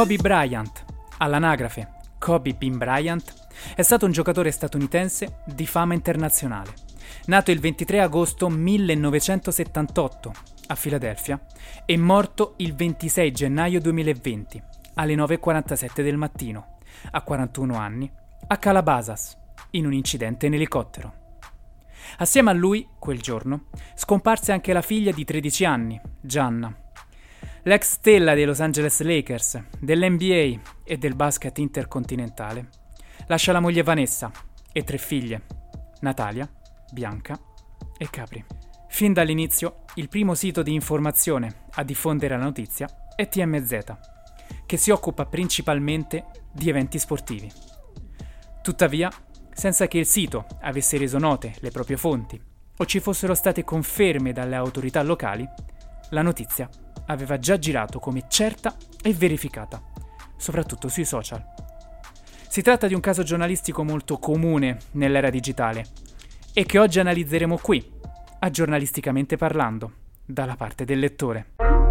Kobe Bryant, all'anagrafe Kobe Bean Bryant, è stato un giocatore statunitense di fama internazionale, nato il 23 agosto 1978 a Filadelfia e morto il 26 gennaio 2020 alle 9:47 del mattino, a 41 anni, a Calabasas, in un incidente in elicottero. Assieme a lui, quel giorno, scomparse anche la figlia di 13 anni, Gianna. L'ex stella dei Los Angeles Lakers, dell'NBA e del basket intercontinentale, lascia la moglie Vanessa e 3 figlie, Natalia, Bianca e Capri. Fin dall'inizio, il primo sito di informazione a diffondere la notizia è TMZ, che si occupa principalmente di eventi sportivi. Tuttavia, senza che il sito avesse reso note le proprie fonti o ci fossero state conferme dalle autorità locali, la notizia aveva già girato come certa e verificata, soprattutto sui social. Si tratta di un caso giornalistico molto comune nell'era digitale e che oggi analizzeremo qui, a Giornalisticamente Parlando, dalla parte del lettore.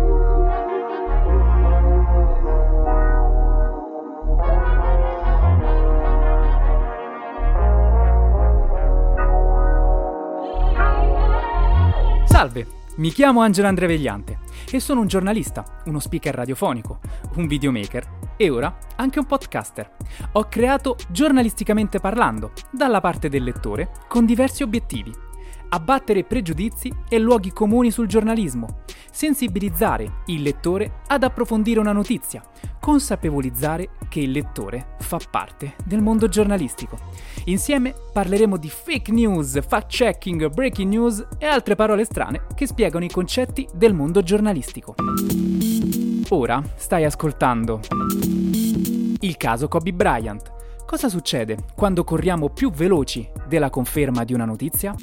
Salve! Mi chiamo Angelo Andrea Vegliante e sono un giornalista, uno speaker radiofonico, un videomaker e ora anche un podcaster. Ho creato Giornalisticamente Parlando, dalla parte del lettore, con diversi obiettivi. Abbattere pregiudizi e luoghi comuni sul giornalismo, sensibilizzare il lettore ad approfondire una notizia, consapevolizzare che il lettore fa parte del mondo giornalistico. Insieme parleremo di fake news, fact-checking, breaking news e altre parole strane che spiegano i concetti del mondo giornalistico. Ora stai ascoltando il caso Kobe Bryant. Cosa succede quando corriamo più veloci della conferma di una notizia?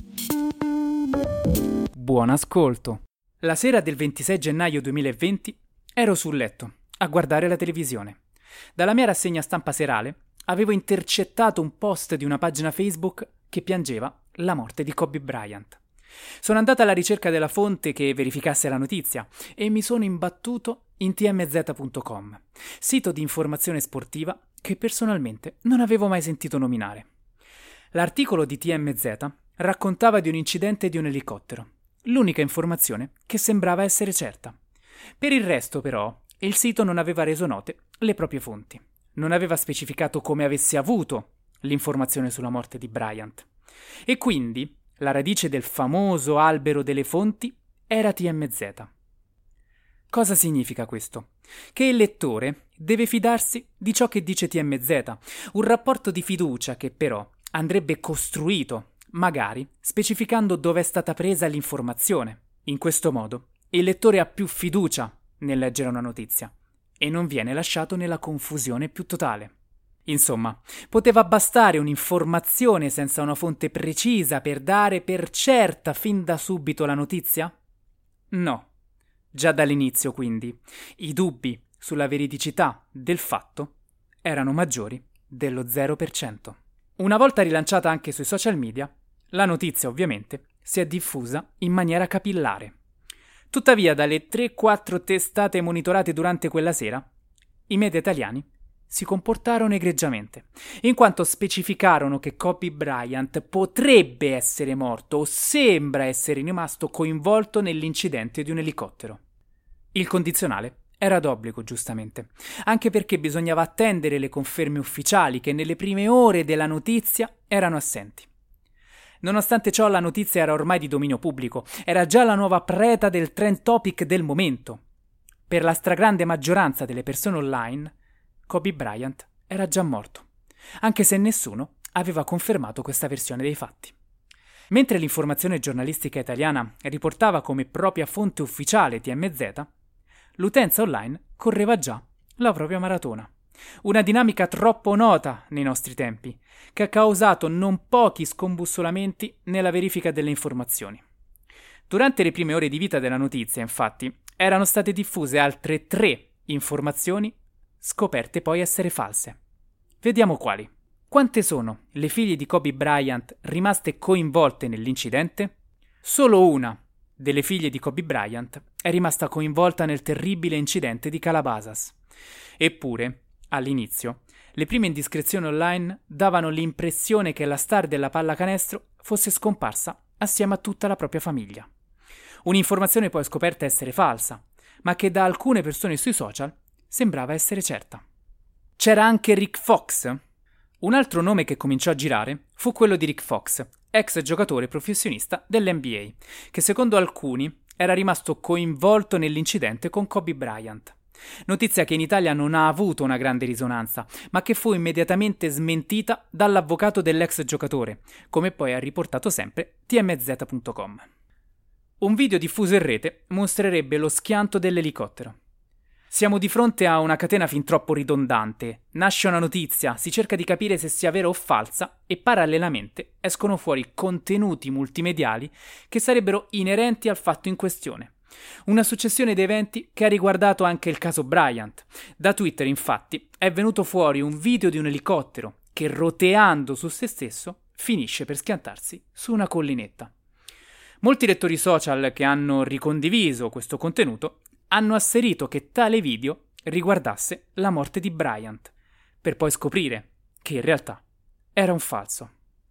Buon ascolto. La sera del 26 gennaio 2020 ero sul letto a guardare la televisione. Dalla mia rassegna stampa serale avevo intercettato un post di una pagina Facebook che piangeva la morte di Kobe Bryant. Sono andata alla ricerca della fonte che verificasse la notizia e mi sono imbattuto in tmz.com, sito di informazione sportiva che personalmente non avevo mai sentito nominare. L'articolo di TMZ raccontava di un incidente di un elicottero, l'unica informazione che sembrava essere certa. Per il resto, però, il sito non aveva reso note le proprie fonti. Non aveva specificato come avesse avuto l'informazione sulla morte di Bryant. E quindi la radice del famoso albero delle fonti era TMZ. Cosa significa questo? Che il lettore deve fidarsi di ciò che dice TMZ, un rapporto di fiducia che però andrebbe costruito, magari specificando dove è stata presa l'informazione. In questo modo il lettore ha più fiducia nel leggere una notizia e non viene lasciato nella confusione più totale. Insomma, poteva bastare un'informazione senza una fonte precisa per dare per certa fin da subito la notizia? No. Già dall'inizio, quindi, i dubbi sulla veridicità del fatto erano maggiori dello 0%. Una volta rilanciata anche sui social media, la notizia ovviamente si è diffusa in maniera capillare. Tuttavia, dalle 3-4 testate monitorate durante quella sera, i media italiani si comportarono egregiamente, in quanto specificarono che Kobe Bryant potrebbe essere morto o sembra essere rimasto coinvolto nell'incidente di un elicottero. Il condizionale era d'obbligo, giustamente, anche perché bisognava attendere le conferme ufficiali che nelle prime ore della notizia erano assenti. Nonostante ciò, la notizia era ormai di dominio pubblico, era già la nuova preda del trend topic del momento. Per la stragrande maggioranza delle persone online, Kobe Bryant era già morto, anche se nessuno aveva confermato questa versione dei fatti. Mentre l'informazione giornalistica italiana riportava come propria fonte ufficiale TMZ, l'utenza online correva già la propria maratona. Una dinamica troppo nota nei nostri tempi, che ha causato non pochi scombussolamenti nella verifica delle informazioni. Durante le prime ore di vita della notizia, infatti, erano state diffuse altre 3 informazioni scoperte poi essere false. Vediamo quali. Quante sono le figlie di Kobe Bryant rimaste coinvolte nell'incidente? Solo una delle figlie di Kobe Bryant è rimasta coinvolta nel terribile incidente di Calabasas. Eppure, all'inizio, le prime indiscrezioni online davano l'impressione che la star della pallacanestro fosse scomparsa assieme a tutta la propria famiglia. Un'informazione poi scoperta essere falsa, ma che da alcune persone sui social sembrava essere certa. C'era anche Rick Fox. Un altro nome che cominciò a girare fu quello di Rick Fox, ex giocatore professionista dell'NBA, che secondo alcuni era rimasto coinvolto nell'incidente con Kobe Bryant. Notizia che in Italia non ha avuto una grande risonanza, ma che fu immediatamente smentita dall'avvocato dell'ex giocatore, come poi ha riportato sempre tmz.com. Un video diffuso in rete mostrerebbe lo schianto dell'elicottero. Siamo di fronte a una catena fin troppo ridondante. Nasce una notizia, si cerca di capire se sia vera o falsa e parallelamente escono fuori contenuti multimediali che sarebbero inerenti al fatto in questione. Una successione di eventi che ha riguardato anche il caso Bryant. Da Twitter, infatti, è venuto fuori un video di un elicottero che, roteando su se stesso, finisce per schiantarsi su una collinetta. Molti lettori social che hanno ricondiviso questo contenuto hanno asserito che tale video riguardasse la morte di Bryant, per poi scoprire che in realtà era un falso.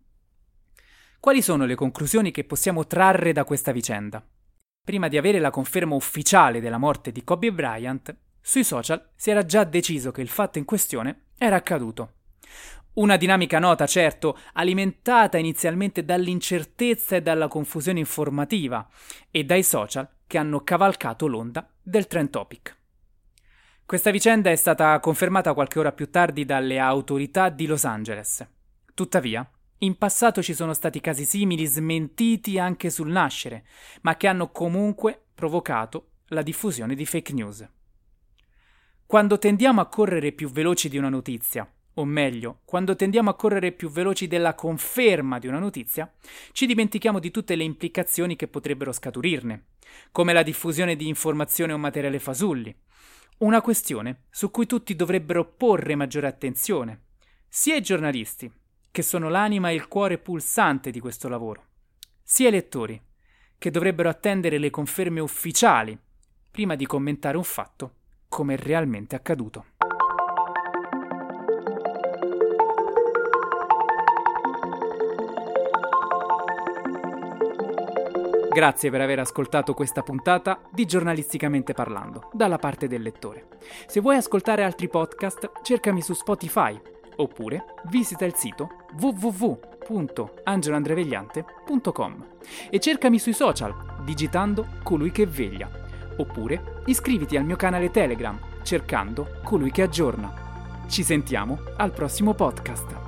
Quali sono le conclusioni che possiamo trarre da questa vicenda? Prima di avere la conferma ufficiale della morte di Kobe Bryant, sui social si era già deciso che il fatto in questione era accaduto. Una dinamica nota, certo, alimentata inizialmente dall'incertezza e dalla confusione informativa e dai social che hanno cavalcato l'onda del trend topic. Questa vicenda è stata confermata qualche ora più tardi dalle autorità di Los Angeles. Tuttavia, in passato ci sono stati casi simili smentiti anche sul nascere, ma che hanno comunque provocato la diffusione di fake news. Quando tendiamo a correre più veloci di una notizia, o meglio, quando tendiamo a correre più veloci della conferma di una notizia, ci dimentichiamo di tutte le implicazioni che potrebbero scaturirne, come la diffusione di informazioni o materiale fasulli. Una questione su cui tutti dovrebbero porre maggiore attenzione, sia i giornalisti, che sono l'anima e il cuore pulsante di questo lavoro, sia i lettori, che dovrebbero attendere le conferme ufficiali prima di commentare un fatto come è realmente accaduto. Grazie per aver ascoltato questa puntata di Giornalisticamente Parlando, dalla parte del lettore. Se vuoi ascoltare altri podcast, cercami su Spotify, oppure visita il sito www.angeloandrevegliante.com e cercami sui social, digitando Colui che veglia, oppure iscriviti al mio canale Telegram, cercando Colui che aggiorna. Ci sentiamo al prossimo podcast.